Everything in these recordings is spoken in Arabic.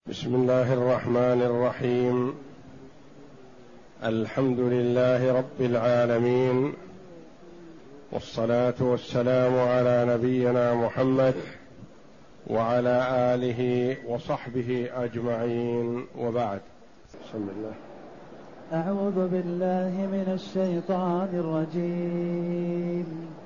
بسم الله الرحمن الرحيم. الحمد لله رب العالمين، والصلاة والسلام على نبينا محمد وعلى آله وصحبه أجمعين، وبعد. بسم الله. أعوذ بالله من الشيطان الرجيم.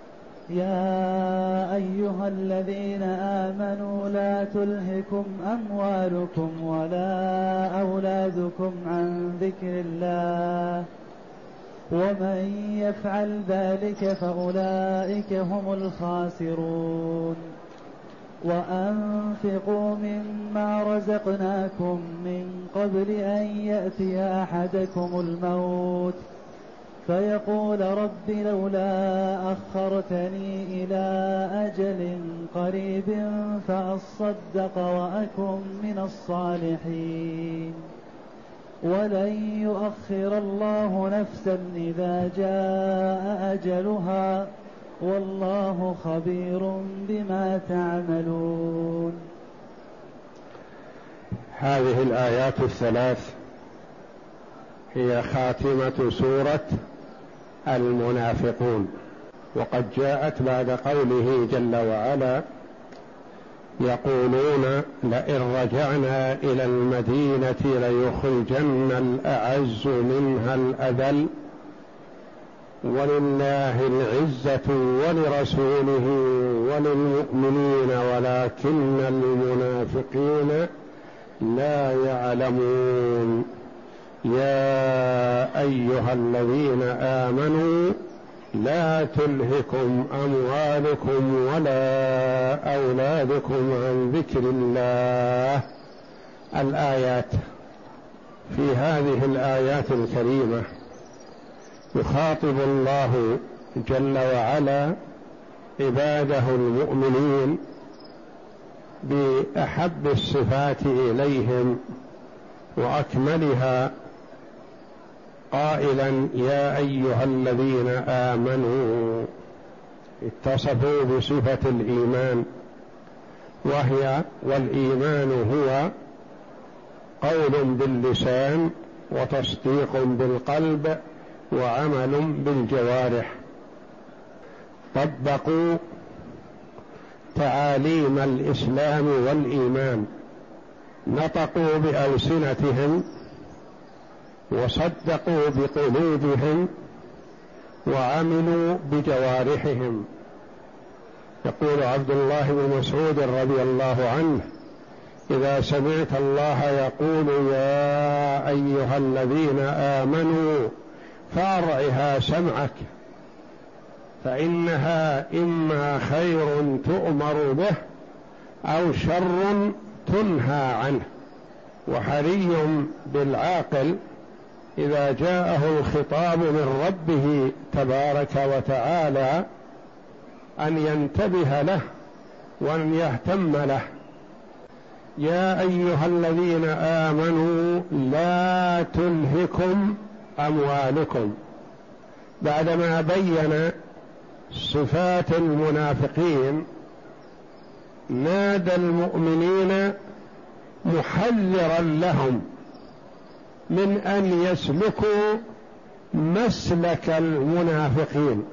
يا أيها الذين آمنوا لا تلهكم أموالكم ولا أولادكم عن ذكر الله، ومن يفعل ذلك فأولئك هم الخاسرون. وأنفقوا مما رزقناكم من قبل أن يأتي أحدكم الموت فيقول رب لولا أخرتني إلى أجل قريب فأصدق وأكن من الصالحين، ولن يؤخر الله نفسا إذا جاء أجلها، والله خبير بما تعملون. هذه الآيات الثلاث هي خاتمة سورة المنافقون، وقد جاءت بعد قوله جل وعلا: يقولون لئن رجعنا إلى المدينة ليخرجن الأعز منها الأذل ولله العزة ولرسوله وللمؤمنين ولكن المنافقين لا يعلمون. يا أيها الذين آمنوا لا تلهكم أموالكم ولا أولادكم عن ذكر الله. الآيات. في هذه الآيات الكريمة يخاطب الله جل وعلا عباده المؤمنين بأحب الصفات إليهم وأكملها، قائلا: يا أيها الذين آمنوا. اتصفوا بصفة الإيمان، والإيمان هو قول باللسان وتصديق بالقلب وعمل بالجوارح. طبقوا تعاليم الإسلام والإيمان، نطقوا بألسنتهم وصدقوا بقلوبهم وعملوا بجوارحهم. يقول عبد الله بن مسعود رضي الله عنه: إذا سمعت الله يقول يا أيها الذين آمنوا فأرعها سمعك، فإنها إما خير تؤمر به أو شر تنهى عنه. وحري بالعاقل إذا جاءه الخطاب من ربه تبارك وتعالى أن ينتبه له وأن يهتم له. يا أيها الذين آمنوا لا تلهكم أموالكم، بعدما بين صفات المنافقين نادى المؤمنين محذرا لهم من أن يسلكوا مسلك المنافقين.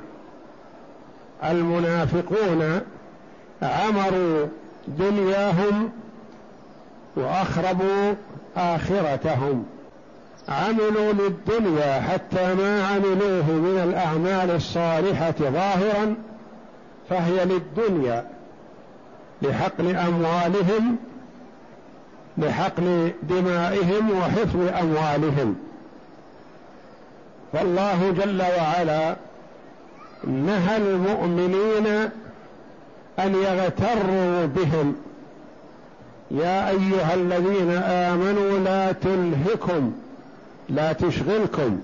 المنافقون عمروا دنياهم وأخربوا آخرتهم، عملوا للدنيا حتى ما عملوه من الأعمال الصالحة ظاهرا فهي للدنيا، لحقن أموالهم، لحقن دمائهم وحفظ أموالهم. فالله جل وعلا نهى المؤمنين أن يغتروا بهم. يا أيها الذين آمنوا لا تلهكم، لا تشغلكم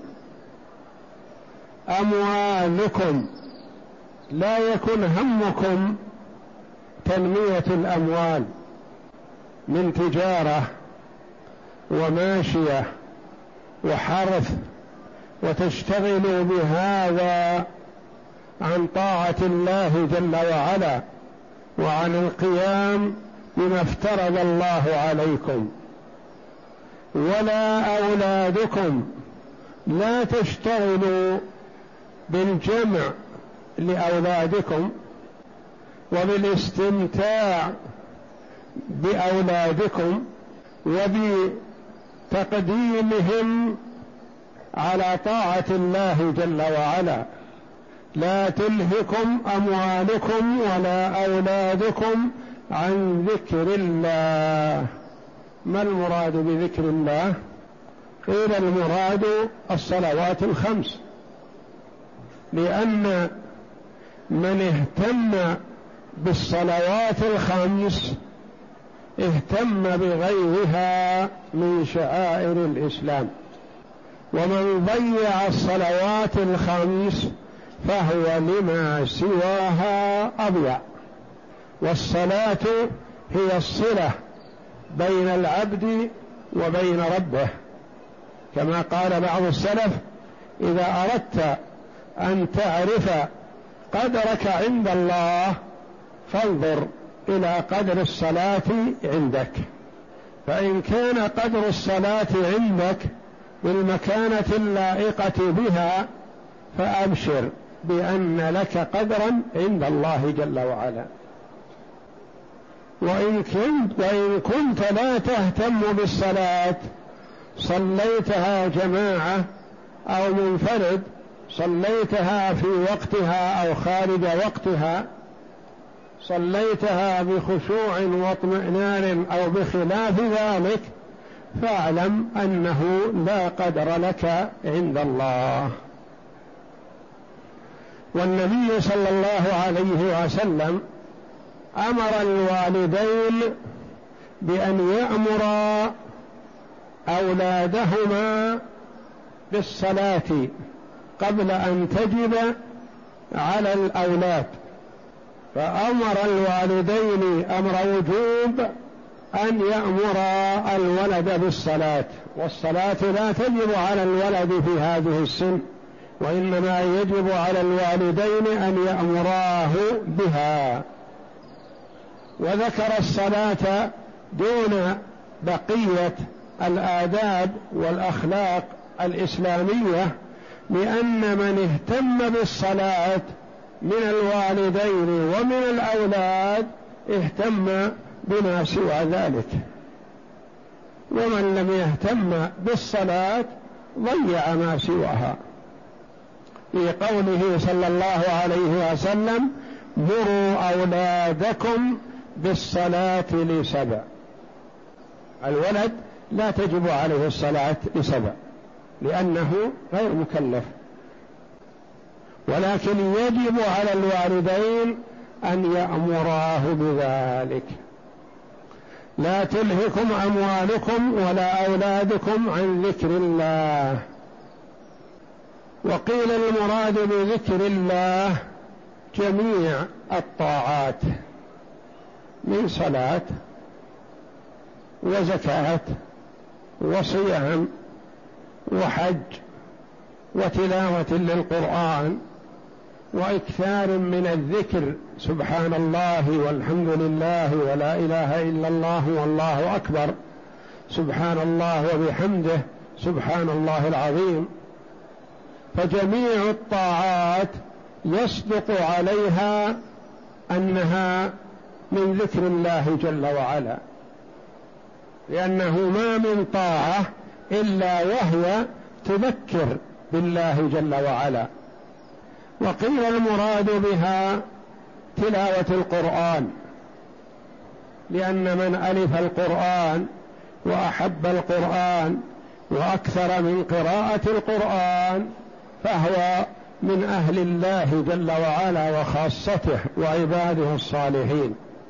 أموالكم، لا يكن همكم تنمية الأموال من تجارة وماشية وحرث، وتشتغلوا بهذا عن طاعة الله جل وعلا وعن القيام بما افترض الله عليكم، ولا أولادكم، لا تشتغلوا بالجمع لأولادكم وبالاستمتاع بأولادكم وبتقديمهم على طاعة الله جل وعلا. لا تلهكم أموالكم ولا أولادكم عن ذكر الله. ما المراد بذكر الله؟ قيل المراد الصلوات الخمس، لأن من اهتم بالصلوات الخمس اهتم بغيرها من شعائر الإسلام، ومن ضيع الصلوات الخمس فهو لما سواها أضيع. والصلاة هي الصلة بين العبد وبين ربه، كما قال بعض السلف: إذا أردت أن تعرف قدرك عند الله فانظر إلى قدر الصلاة عندك، فإن كان قدر الصلاة عندك بالمكانة اللائقة بها فأبشر بأن لك قدرا عند الله جل وعلا. وإن كنت لا تهتم بالصلاة، صليتها جماعة أو منفرد، صليتها في وقتها أو خارج وقتها، صليتها بخشوع واطمئنان أو بخلاف ذلك، فاعلم أنه لا قدر لك عند الله. والنبي صلى الله عليه وسلم أمر الوالدين بأن يأمرا أولادهما بالصلاة قبل أن تجب على الأولاد، فأمر الوالدين أمر وجوب أن يأمرا الولد بالصلاة، والصلاة لا تجب على الولد في هذه السن، وإنما يجب على الوالدين أن يأمراه بها. وذكر الصلاة دون بقية الآداب والأخلاق الإسلامية، لأن من اهتم بالصلاة من الوالدين ومن الأولاد اهتم بما سوى ذلك، ومن لم يهتم بالصلاة ضيع ما سواها. في قوله صلى الله عليه وسلم: مروا أولادكم بالصلاة لسبع. الولد لا تجب عليه الصلاة لسبع لأنه غير مكلف، ولكن يجب على الوالدين أن يأمراه بذلك. لا تلهكم أموالكم ولا أولادكم عن ذكر الله. وقيل المراد بذكر الله جميع الطاعات من صلاة وزكاة وصيام وحج وتلاوة للقرآن وإكثار من الذكر، سبحان الله والحمد لله ولا إله إلا الله والله أكبر، سبحان الله وبحمده سبحان الله العظيم. فجميع الطاعات يصدق عليها أنها من ذكر الله جل وعلا، لأنه ما من طاعة إلا وهي تذكر بالله جل وعلا. وقيل المراد بها تلاوة القرآن، لأن من ألف القرآن وأحب القرآن وأكثر من قراءة القرآن فهو من أهل الله جل وعلا وخاصته وعباده الصالحين.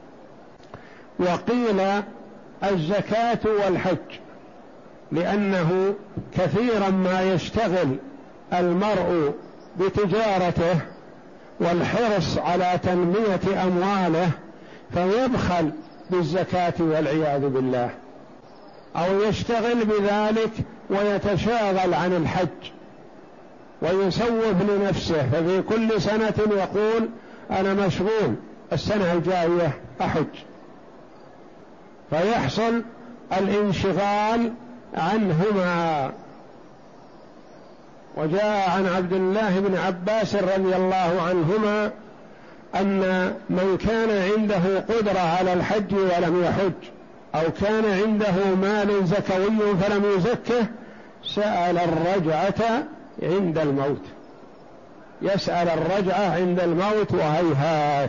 وقيل الزكاة والحج، لأنه كثيرا ما يشتغل المرء بتجارته والحرص على تنمية أمواله فيبخل بالزكاة والعياذ بالله، أو يشتغل بذلك ويتشاغل عن الحج ويسوف لنفسه، ففي كل سنة يقول أنا مشغول السنة الجاية أحج، فيحصل الانشغال عنهما. وجاء عن عبد الله بن عباس رضي الله عنهما أن من كان عنده قدرة على الحج ولم يحج، أو كان عنده مال زكوي فلم يزكه، سأل الرجعة عند الموت، يسأل الرجعة عند الموت، وهيهات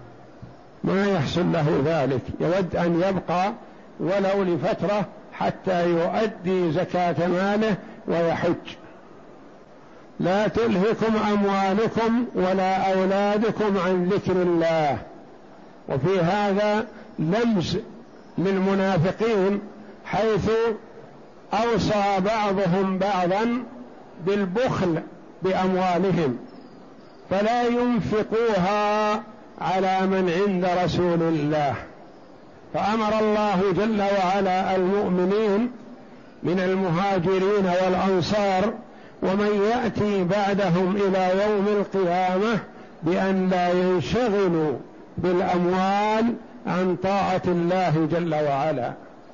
ما يحصل له ذلك، يود أن يبقى ولو لفترة حتى يؤدي زكاة ماله ويحج. لا تلهكم أموالكم ولا أولادكم عن ذكر الله. وفي هذا لمز للمنافقين، حيث أوصى بعضهم بعضا بالبخل بأموالهم، فلا ينفقوها على من عند رسول الله. فأمر الله جل وعلا المؤمنين من المهاجرين والأنصار ومن يأتي بعدهم إلى يوم القيامة بأن لا ينشغلوا بالأموال عن طاعة الله جل وعلا.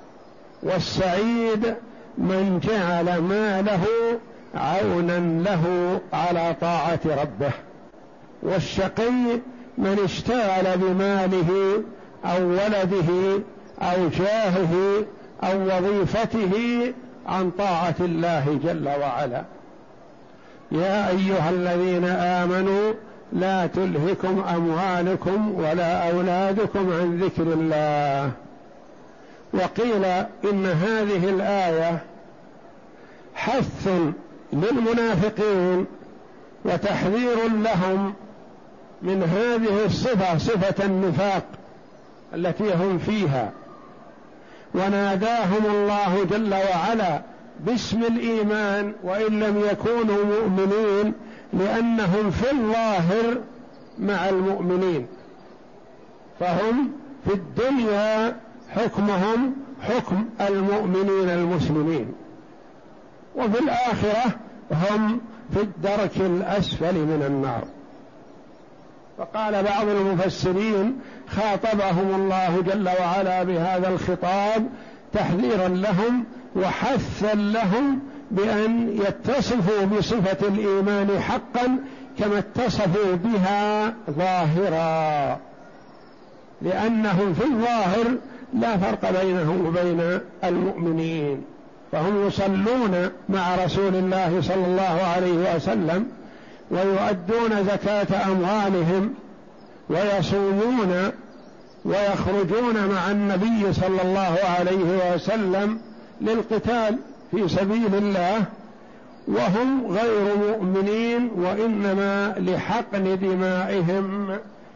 والسعيد من جعل ماله عونا له على طاعة ربه، والشقي من اشتغل بماله أو ولده أو جاهه أو وظيفته عن طاعة الله جل وعلا. يا أيها الذين آمنوا لا تلهكم أموالكم ولا أولادكم عن ذكر الله. وقيل إن هذه الآية حث للمنافقين وتحذير لهم من هذه الصفة، صفة النفاق التي هم فيها. وناداهم الله جل وعلا باسم الإيمان وإن لم يكونوا مؤمنين، لأنهم في الظاهر مع المؤمنين، فهم في الدنيا حكمهم حكم المؤمنين المسلمين، وفي الآخرة هم في الدرك الأسفل من النار. فقال بعض المفسرين خاطبهم الله جل وعلا بهذا الخطاب تحذيرا لهم وحثا لهم بأن يتصفوا بصفة الإيمان حقا كما اتصفوا بها ظاهرا، لأنهم في الظاهر لا فرق بينهم وبين المؤمنين، فهم يصلون مع رسول الله صلى الله عليه وسلم ويؤدون زكاة أموالهم ويصومون ويخرجون مع النبي صلى الله عليه وسلم للقتال في سبيل الله، وهم غير مؤمنين، وإنما لحقن دمائهم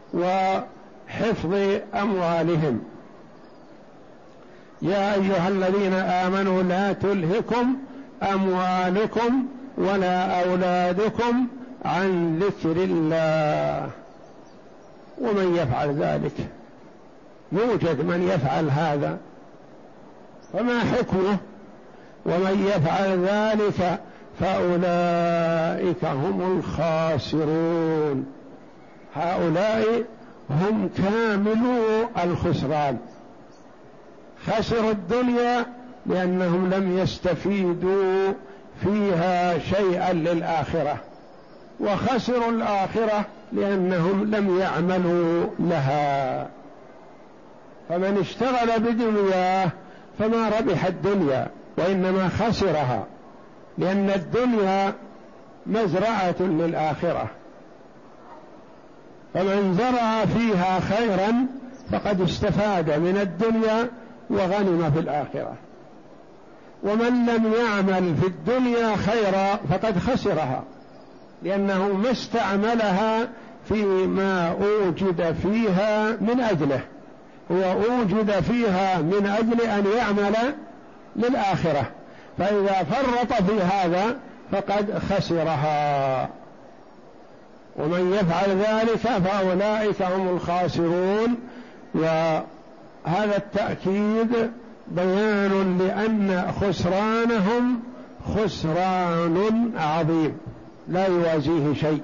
وحفظ أموالهم. يا أيها الذين آمنوا لا تلهكم أموالكم ولا أولادكم عن ذكر الله. ومن يفعل ذلك، يوجد من يفعل هذا، فما حكمه؟ ومن يفعل ذلك فأولئك هم الخاسرون، هؤلاء هم كاملو الخسران، خسروا الدنيا لأنهم لم يستفيدوا فيها شيئا للآخرة، وخسروا الآخرة لأنهم لم يعملوا لها. فمن اشتغل بدنياه فما ربح الدنيا وإنما خسرها، لأن الدنيا مزرعة للآخرة، فمن زرع فيها خيرا فقد استفاد من الدنيا وغنم في الآخرة، ومن لم يعمل في الدنيا خيرا فقد خسرها، لأنه ما استعملها فيما أوجد فيها من أجله، هو أوجد فيها من أجل أن يعمل للآخرة، فإذا فرط في هذا فقد خسرها. ومن يفعل ذلك فأولئك هم الخاسرون. وهذا التأكيد بيان لأن خسرانهم خسران عظيم لا يوازيه شيء،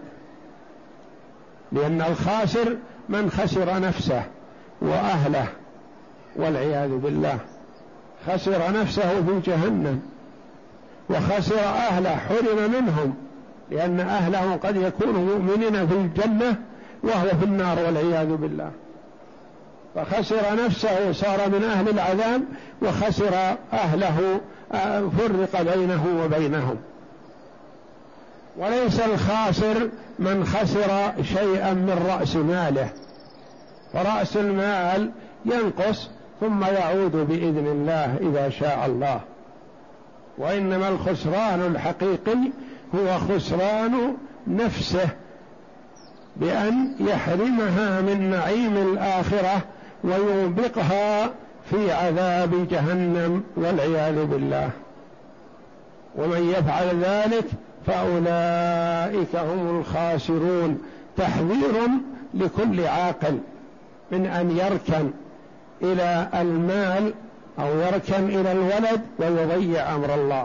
لأن الخاسر من خسر نفسه وأهله والعياذ بالله، خسر نفسه في جهنم وخسر أهله، حرم منهم، لأن أهله قد يكونوا مؤمنين في الجنة وهو في النار والعياذ بالله، فخسر نفسه، صار من أهل العذاب، وخسر أهله، فرق بينه وبينهم. وليس الخاسر من خسر شيئا من رأس ماله، فرأس المال ينقص ثم يعود بإذن الله إذا شاء الله، وإنما الخسران الحقيقي هو خسران نفسه بأن يحرمها من نعيم الآخرة ويوبقها في عذاب جهنم والعياذ بالله. ومن يفعل ذلك فأولئك هم الخاسرون. تحذير لكل عاقل من أن يركن إلى المال أو يركن إلى الولد ويضيع أمر الله.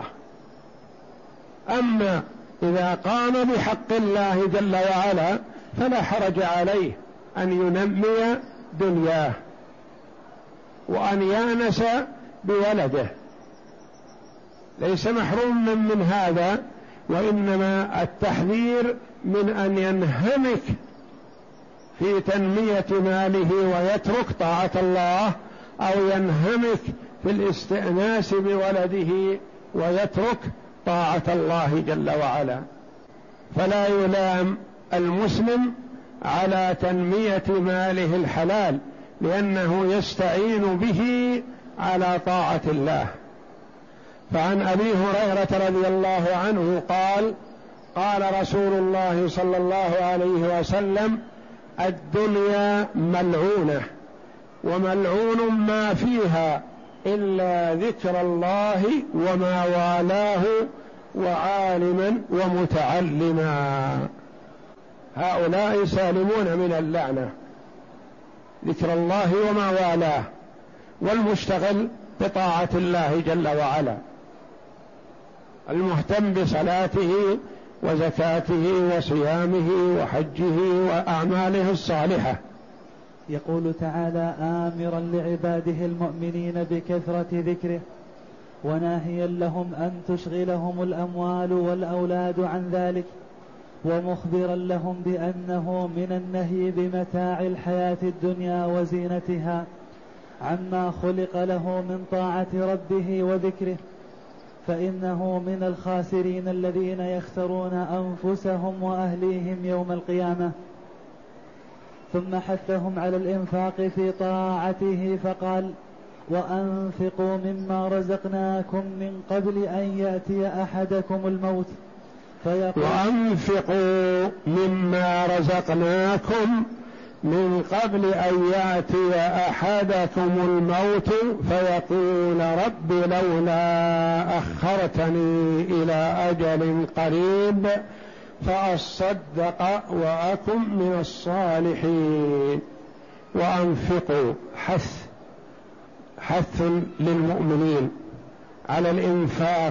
أما إذا قام بحق الله جل وعلا فلا حرج عليه أن ينمي دنياه وأن يانس بولده، ليس محروم من هذا، وإنما التحذير من أن ينهمك في تنمية ماله ويترك طاعة الله، أو ينهمك في الاستئناس بولده ويترك طاعة الله جل وعلا. فلا يلام المسلم على تنمية ماله الحلال، لأنه يستعين به على طاعة الله. فعن أبي هريرة رضي الله عنه قال: قال رسول الله صلى الله عليه وسلم: الدنيا ملعونة وملعون ما فيها إلا ذكر الله وما والاه وعالما ومتعلما. هؤلاء سالمون من اللعنة، ذكر الله وما والاه، والمشتغل بطاعة الله جل وعلا، المهتم بصلاته وزكاته وصيامه وحجه وأعماله الصالحة. يقول تعالى آمرا لعباده المؤمنين بكثرة ذكره، وناهيا لهم أن تشغلهم الأموال والأولاد عن ذلك، ومخبرا لهم بأنه من النهي بمتاع الحياة الدنيا وزينتها عما خلق له من طاعة ربه وذكره، فإنه من الخاسرين الذين يخسرون أنفسهم وأهليهم يوم القيامة. ثم حثهم على الإنفاق في طاعته فقال: وأنفقوا مما رزقناكم من قبل أن يأتي أحدكم الموت فيقول وأنفقوا مما رزقناكم من قبل أن يأتي أحدكم الموت فيقول رب لولا أخرتني إلى أجل قريب فأصدق وأكن من الصالحين. وأنفقوا حث للمؤمنين على الإنفاق،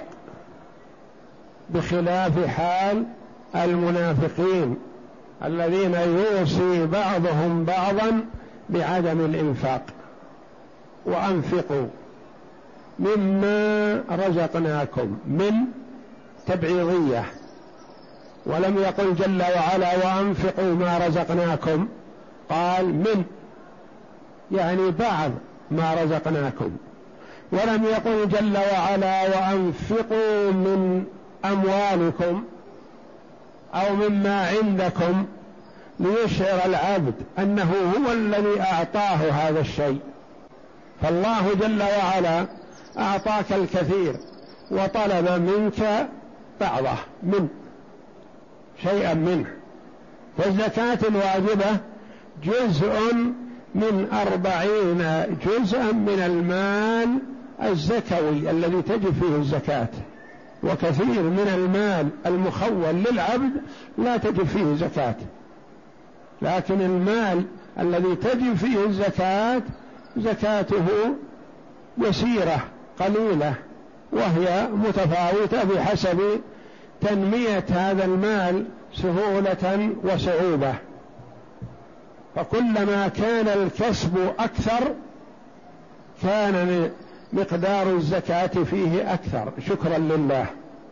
بخلاف حال المنافقين الذين يوصي بعضهم بعضا بعدم الإنفاق. وأنفقوا مما رزقناكم، من تبعيضية، ولم يقل جل وعلا وأنفقوا ما رزقناكم، قال من، يعني بعض ما رزقناكم، ولم يقل جل وعلا وأنفقوا من أموالكم أو مما عندكم، ليشعر العبد أنه هو الذي أعطاه هذا الشيء. فالله جل وعلا أعطاك الكثير وطلب منك بعضه، من شيئا منه. فالزكاة الواجبة جزء من 40 جزءا من المال الزكوي الذي تجب فيه الزكاة، وكثير من المال المخول للعبد لا تجب فيه زكاة، لكن المال الذي تجب فيه الزكاة زكاته يسيرة قليلة، وهي متفاوتة بحسب تنمية هذا المال سهولة وصعوبة. فكلما كان الكسب أكثر كان مقدار الزكاة فيه أكثر شكرا لله،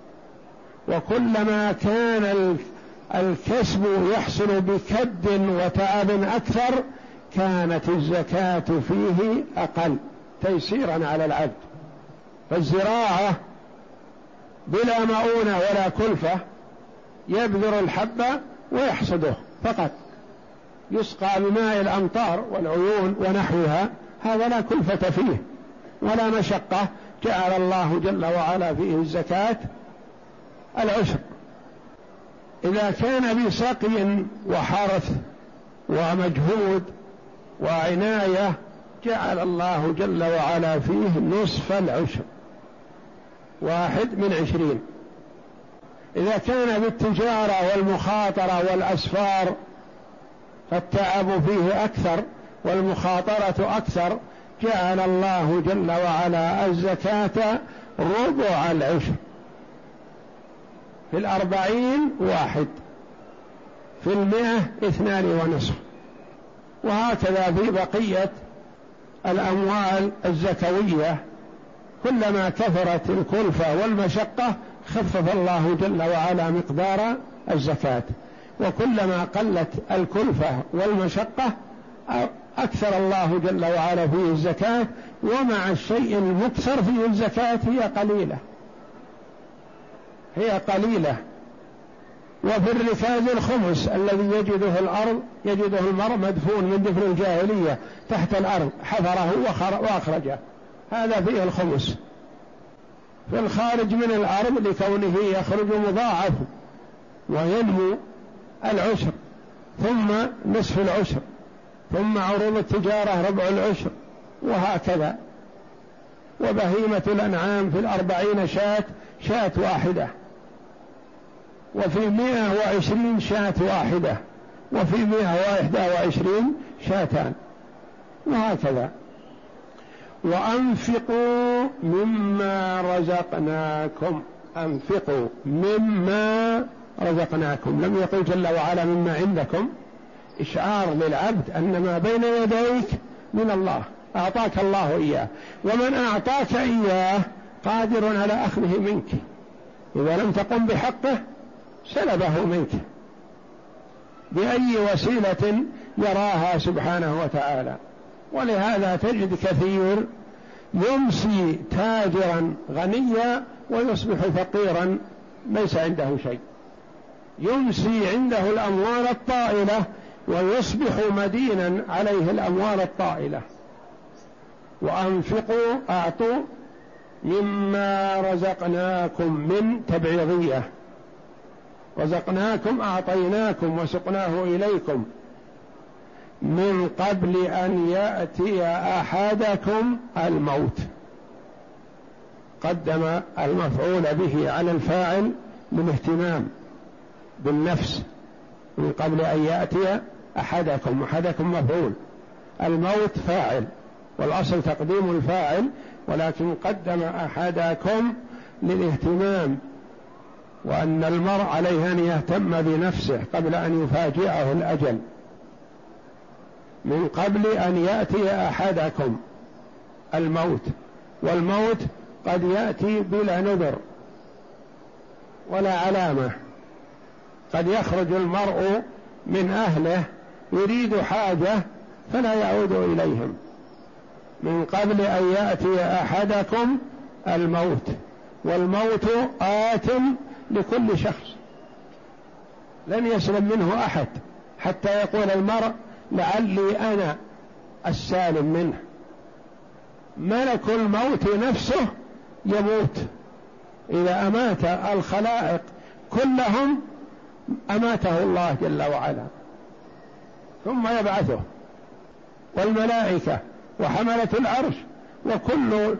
وكلما كان الكسب يحصل بكد وتعب أكثر كانت الزكاة فيه أقل تيسيرا على العبد. فالزراعة بلا مؤونة ولا كلفة، يبذر الحب ويحصده فقط، يسقى بماء الأمطار والعيون ونحوها، هذا لا كلفة فيه ولا مشقة، جعل الله جل وعلا فيه الزكاة العشر. إذا كان بسقي وحرث ومجهود وعناية جعل الله جل وعلا فيه نصف العشر، 1/20. إذا كان بالتجارة والمخاطرة والأسفار فالتعب فيه أكثر والمخاطرة أكثر، جعل الله جل وعلا الزكاة ربع العشر، في 40 1، في 100 2.5، وهكذا في بقية الأموال الزكوية. كلما كثرت الكلفة والمشقة خفف الله جل وعلا مقدار الزكاة، وكلما قلت الكلفة والمشقة أكثر الله جل وعلا فيه الزكاة. ومع الشيء المكثر فيه الزكاة هي قليلة. وفي الركاز الخمس الذي يجده المرء مدفون من دفن الجاهلية تحت الأرض، حفره وأخرجه، هذا فيه الخمس. في الخارج من الأرض لكونه يخرج مضاعف وينمو العشر، ثم نصف العشر، ثم عروض التجارة ربع العشر، وهكذا. وبهيمة الأنعام في 40 شاة واحدة، وفي 120 شاة واحدة، وفي 121 شاتان، وهكذا. وأنفقوا مما رزقناكم، أنفقوا مما رزقناكم، لم يقل جل وعلا مما عندكم، إشعار للعبد أن ما بين يديك من الله، أعطاك الله إياه، ومن أعطاك إياه قادر على أخذه منك، إذا لم تقم بحقه سلبه منك بأي وسيلة يراها سبحانه وتعالى. ولهذا تجد كثير يمسي تاجرا غنيا ويصبح فقيرا ليس عنده شيء، يمسي عنده الأموال الطائلة ويصبح مدينا عليه الأموال الطائلة. وأنفقوا، أعطوا مما رزقناكم، من تبعيضية، رزقناكم أعطيناكم وسقناه إليكم، من قبل أن يأتي أحدكم الموت. قدم المفعول به على الفاعل للاهتمام بالنفس، من قبل أن يأتي أحدكم، أحدكم مفعول، الموت فاعل، والأصل تقديم الفاعل، ولكن قدم أحدكم للاهتمام، وأن المرء عليه أن يهتم بنفسه قبل أن يفاجئه الأجل. من قبل أن يأتي أحدكم الموت، والموت قد يأتي بلا نذر ولا علامة، قد يخرج المرء من أهله يريد حاجة فلا يعود إليهم. من قبل أن يأتي أحدكم الموت، والموت آت لكل شخص لن يسلم منه أحد، حتى يقول المرء لعلي أنا السالم منه. ملك الموت نفسه يموت، إذا أمات الخلائق كلهم أماته الله جل وعلا، ثم يبعثه، والملائكة وحملة العرش وكل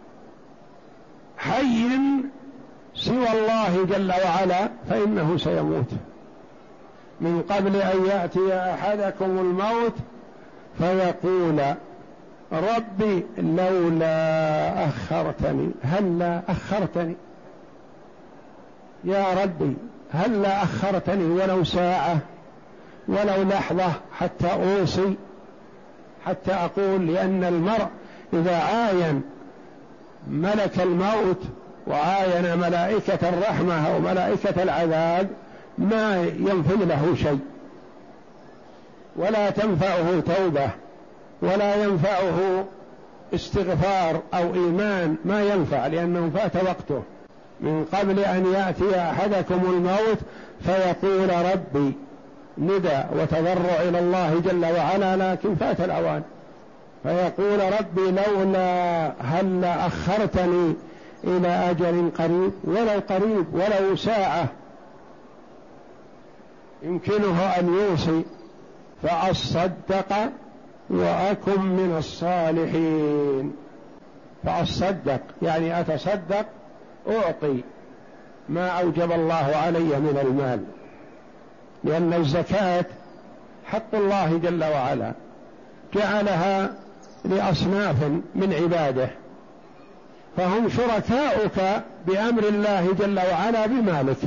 حي سوى الله جل وعلا فإنه سيموت. من قبل أن يأتي أحدكم الموت فيقول ربي لولا أخرتني، هلا أخرتني يا ربي، هلا أخرتني ولو ساعة ولو لحظة حتى أوصي، حتى أقول، لأن المرء إذا عاين ملك الموت وعاين ملائكة الرحمة أو ملائكة العذاب ما ينفذ له شيء، ولا تنفعه توبة، ولا ينفعه استغفار أو إيمان، ما ينفع، لأنه فات وقته من قبل أن يأتي أحدكم الموت فيقول ربي، ندى وتضرع إلى الله جل وعلا، لكن فات الأوان، فيقول ربي لولا هل أخرتني إلى أجل قريب، ولو قريب ولو ساعة يمكنه أن يوصي فأصدق وأكن من الصالحين. فأصدق يعني أتصدق، أعطي ما أوجب الله علي من المال، لأن الزكاة حق الله جل وعلا، جعلها لأصناف من عباده، فهم شركاؤك بأمر الله جل وعلا بمالك،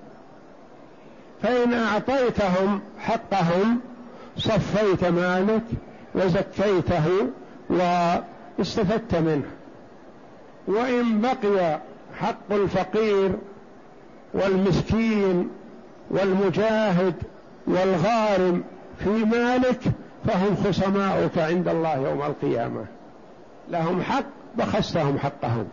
فإن أعطيتهم حقهم صفيت مالك وزكيته واستفدت منه. وإن بقي حق الفقير والمسكين والمجاهد والغارم في مالك فهم خصماؤك عند الله يوم القيامة، لهم حق بخستهم حقهم.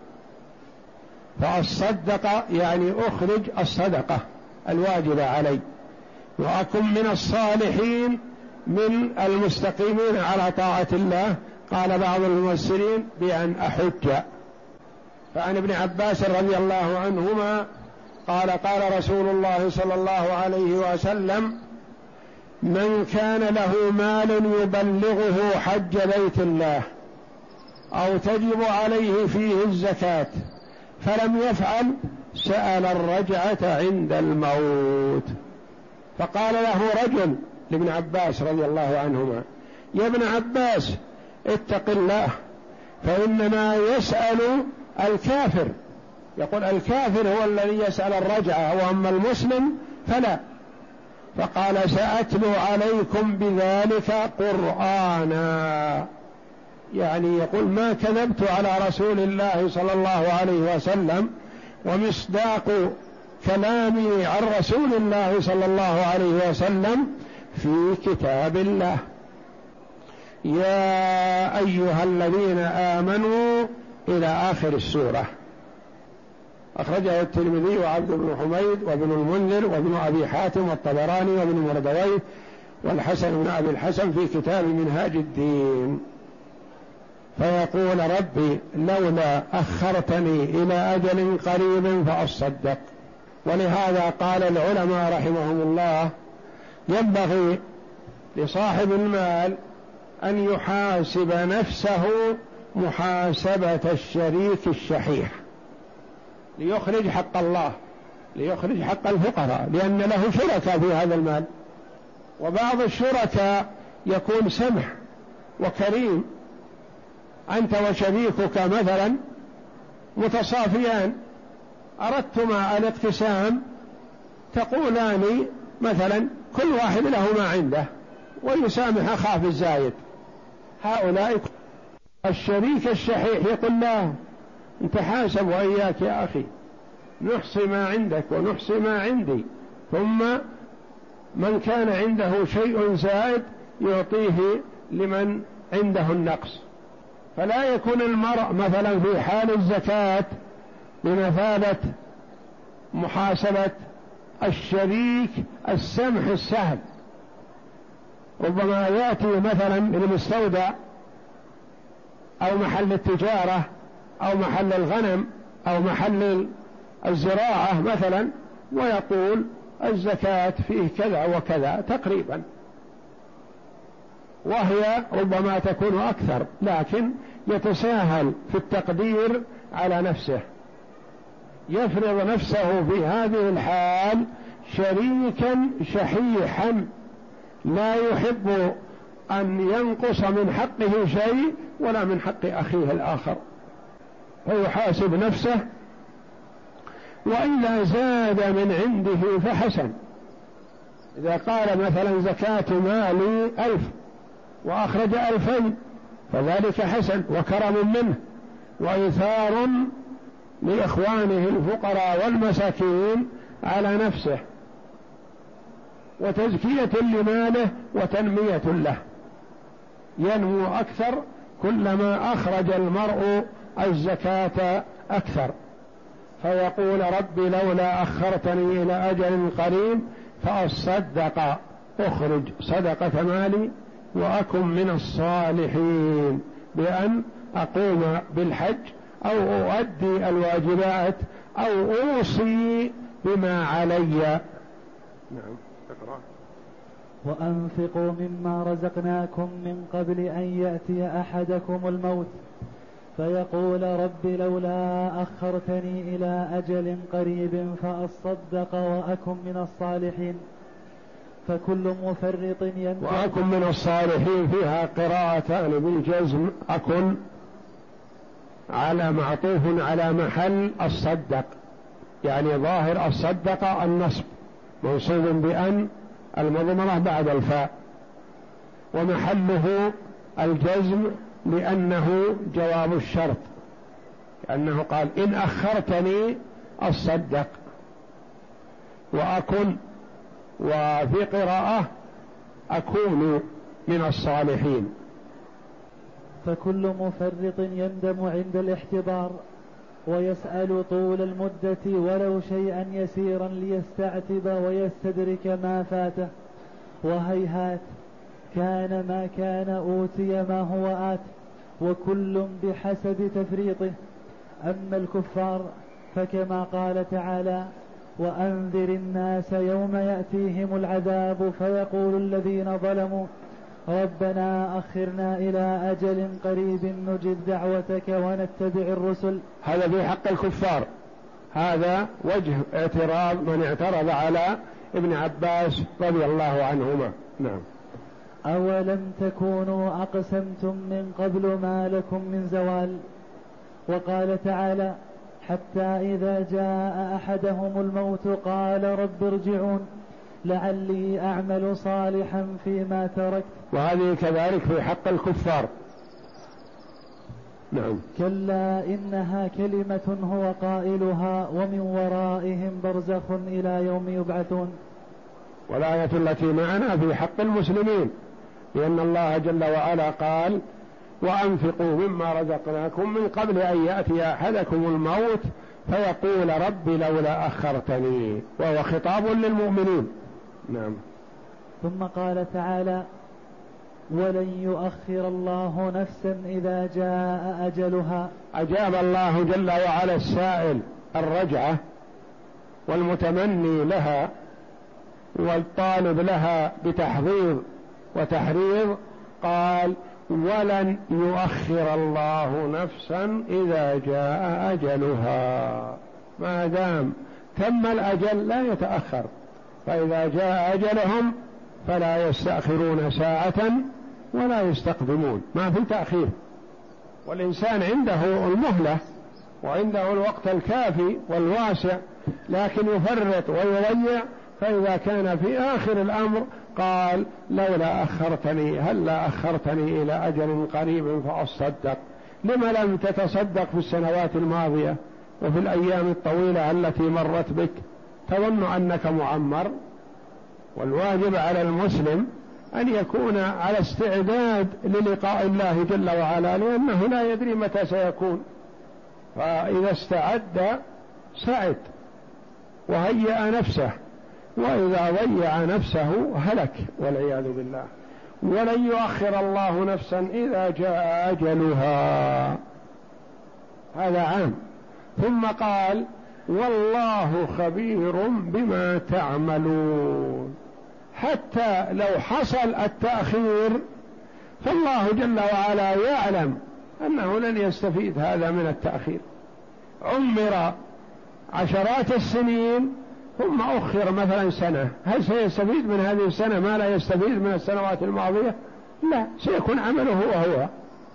فالصدق يعني أخرج الصدقة الواجبة علي، وأكن من الصالحين من المستقيمين على طاعة الله. قال بعض المفسرين بأن أحج. فعن ابن عباس رضي الله عنهما قال قال رسول الله صلى الله عليه وسلم: من كان له مال يبلغه حج بيت الله أو تجب عليه فيه الزكاة فلم يفعل سأل الرجعة عند الموت. فقال له رجل لابن عباس رضي الله عنهما: يا ابن عباس اتق الله، فإنما يسأل الكافر، يقول الكافر هو الذي يسأل الرجعة وأما المسلم فلا. فقال: سأتلو عليكم بذلك قرآنا، يعني يقول ما كذبت على رسول الله صلى الله عليه وسلم، ومصداق كلامي عن رسول الله صلى الله عليه وسلم في كتاب الله. يا أيها الذين آمنوا إلى آخر السورة. أخرجه الترمذي وعبد بن حميد وابن المنذر وابن أبي حاتم والطبراني وابن مردويه والحسن بن أبي الحسن في كتاب منهاج الدين. فيقول ربي لولا أخرتني إلى أجل قريب فأصدق. ولهذا قال العلماء رحمهم الله: ينبغي لصاحب المال أن يحاسب نفسه محاسبة الشريك الشحيح، ليخرج حق الله، ليخرج حق الفقراء، لأن له شركاء في هذا المال. وبعض الشركاء يكون سمح وكريم، أنت وشريكك مثلا متصافيان، أردتما الاقتسام تقولان مثلا كل واحد له ما عنده ويسامح أخاه في الزايد. هؤلاء الشريك الشحيح يقول لا، انت حاسب وإياك يا أخي، نحصي ما عندك ونحصي ما عندي، ثم من كان عنده شيء زائد يعطيه لمن عنده النقص. فلا يكون المرء مثلا في حال الزكاة بمثابة محاسبة الشريك السمح السهل. ربما يأتي مثلا المستودع أو محل التجارة أو محل الغنم أو محل الزراعة مثلا ويقول الزكاة فيه كذا وكذا تقريبا، وهي ربما تكون أكثر، لكن يتساهل في التقدير على نفسه، يفرض نفسه في هذه الحال شريكا شحيحا لا يحب أن ينقص من حقه شيء ولا من حق أخيه الآخر، فيحاسب نفسه. وإذا زاد من عنده فحسن. إذا قال مثلا زكاة مالي 1000 وأخرج 2000 فذلك حسن وكرم منه وإيثار لإخوانه الفقراء والمساكين على نفسه، وتزكية لماله وتنمية له، ينمو أكثر كلما أخرج المرء الزكاة أكثر، فيقول رب لولا أخرتني إلى أجل قريب فأصدق أخرج صدقة مالي وأكن من الصالحين بأن أقوم بالحج أو أؤدي الواجبات أو أوصي بما علي. نعم اقرأ. وأنفقوا مما رزقناكم من قبل أن يأتي أحدكم الموت فيقول رب لولا أخرتني إلى أجل قريب فأصدق وأكن من الصالحين. فكل مفرط يندم. وأكن من الصالحين فيها قراءتان بالجزم، أكن على معطوف على محل الصدق، يعني ظاهر الصدق النصب منصوب بأن المضمرة بعد الفاء، ومحله الجزم لأنه جواب الشرط، لأنه قال إن أخرتني أصدق وأكن، وفي قراءة أكون من الصالحين. فكل مفرط يندم عند الاحتضار ويسأل طول المدة ولو شيئا يسيرا ليستعتب ويستدرك ما فاته، وهيهات كان ما كان أوتي ما هو آت، وكل بحسب تفريطه. أما الكفار فكما قال تعالى وأنذر الناس يوم يأتيهم العذاب فيقول الذين ظلموا ربنا أخرنا إلى أجل قريب نجب دعوتك ونتبع الرسل. هذا في حق الكفار، هذا وجه اعتراض من اعترض على ابن عباس رضي الله عنهما. نعم. أولم تكونوا أقسمتم من قبل ما لكم من زوال. وقال تعالى حتى إذا جاء أحدهم الموت قال رب ارجعون لعلي أعمل صالحا فيما تركت. وهذه كذلك في حق الكفار. نعم. كلا إنها كلمة هو قائلها ومن ورائهم برزخ إلى يوم يبعثون. والآية التي معنا في حق المسلمين، لأن الله جل وعلا قال وأنفقوا مما رزقناكم من قبل أن يأتي أحدكم الموت فيقول رب لولا أخرتني، وهو خطاب للمؤمنين. نعم. ثم قال تعالى ولن يؤخر الله نفسا إذا جاء أجلها. أجاب الله جل وعلا السائل الرجعة والمتمني لها والطالب لها بتحضير وتحريض، قال ولن يؤخر الله نفسا إذا جاء أجلها، ما دام تم الأجل لا يتأخر، فإذا جاء أجلهم فلا يستأخرون ساعة ولا يستقدمون، ما في تأخير. والإنسان عنده المهلة وعنده الوقت الكافي والواسع، لكن يفرط ويضيع، فإذا كان في آخر الأمر قال لولا أخرتني هلا أخرتني إلى أجل قريب فأصدق. لما لم تتصدق في السنوات الماضية وفي الأيام الطويلة التي مرت بك؟ تظن أنك معمر. والواجب على المسلم أن يكون على استعداد للقاء الله جل وعلا، لأنه لا يدري متى سيكون، فإذا استعد سعد وهيأ نفسه، وإذا ضيع نفسه هلك والعياذ بالله. ولن يؤخر الله نفسا إذا جاء أجلها، هذا عام. ثم قال والله خبير بما تعملون. حتى لو حصل التأخير فالله جل وعلا يعلم أنه لن يستفيد هذا من التأخير. عمر عشرات السنين ثم أخر مثلا سنة، هل سيستفيد من هذه السنة ما لا يستفيد من السنوات الماضية؟ لا، سيكون عمله هو.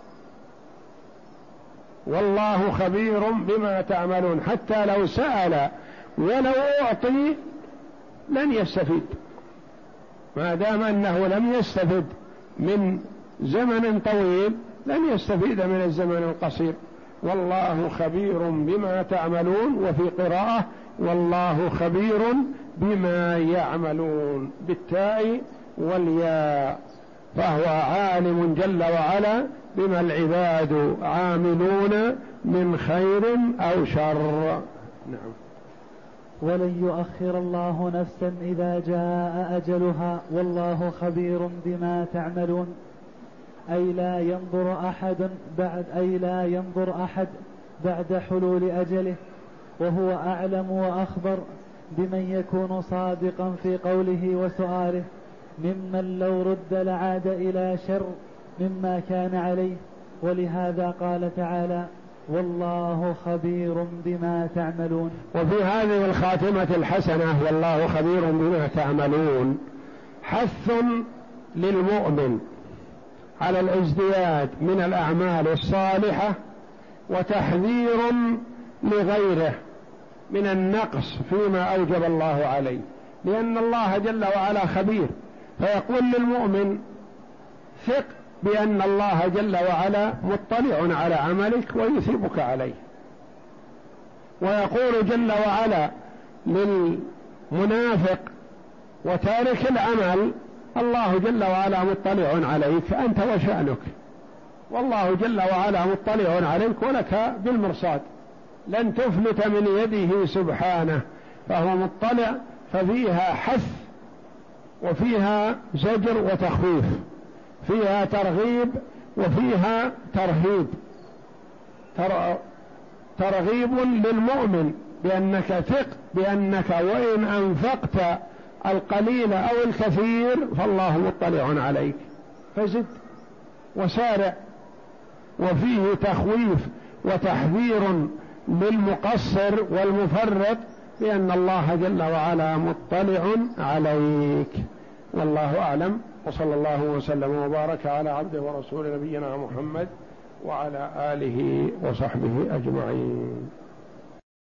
والله خبير بما تعملون. حتى لو سأل ولو أعطي لن يستفيد، ما دام أنه لم يستفد من زمن طويل لن يستفيد من الزمن القصير. والله خبير بما تعملون، وفي قراءة والله خبير بما يعملون بالتاء والياء، فهو عالم جل وعلا بما العباد عاملون من خير أو شر. نعم. ولن يؤخر الله نفسا إذا جاء أجلها والله خبير بما تعملون. أي لا ينظر أحد بعد حلول أجله، وهو أعلم وأخبر بمن يكون صادقا في قوله وسؤاله، ممن لو رد لعاد إلى شر مما كان عليه. ولهذا قال تعالى والله خبير بما تعملون. وفي هذه الخاتمة الحسنة والله خبير بما تعملون حث للمؤمن على الازدياد من الأعمال الصالحة، وتحذير لغيره من النقص فيما أوجب الله عليه، لأن الله جل وعلا خبير، فيقول للمؤمن ثق بأن الله جل وعلا مطلع على عملك ويثيبك عليه. ويقول جل وعلا للمنافق وتارك العمل الله جل وعلا مطلع عليك أنت وشأنك، والله جل وعلا مطلع عليك ولك بالمرصاد، لن تفلت من يده سبحانه، فهو مطلع. ففيها حث وفيها زجر وتخويف، فيها ترغيب وفيها ترهيب. ترغيب للمؤمن بأنك ثق بأنك وإن أنفقت القليل أو الكثير فالله مطلع عليك، فزد وسارع. وفيه تخويف وتحذير للمقصر والمفرط بأن الله جل وعلا مطلع عليك. والله أعلم، وصلى الله وسلم وبارك على عبده ورسول نبينا محمد وعلى آله وصحبه أجمعين.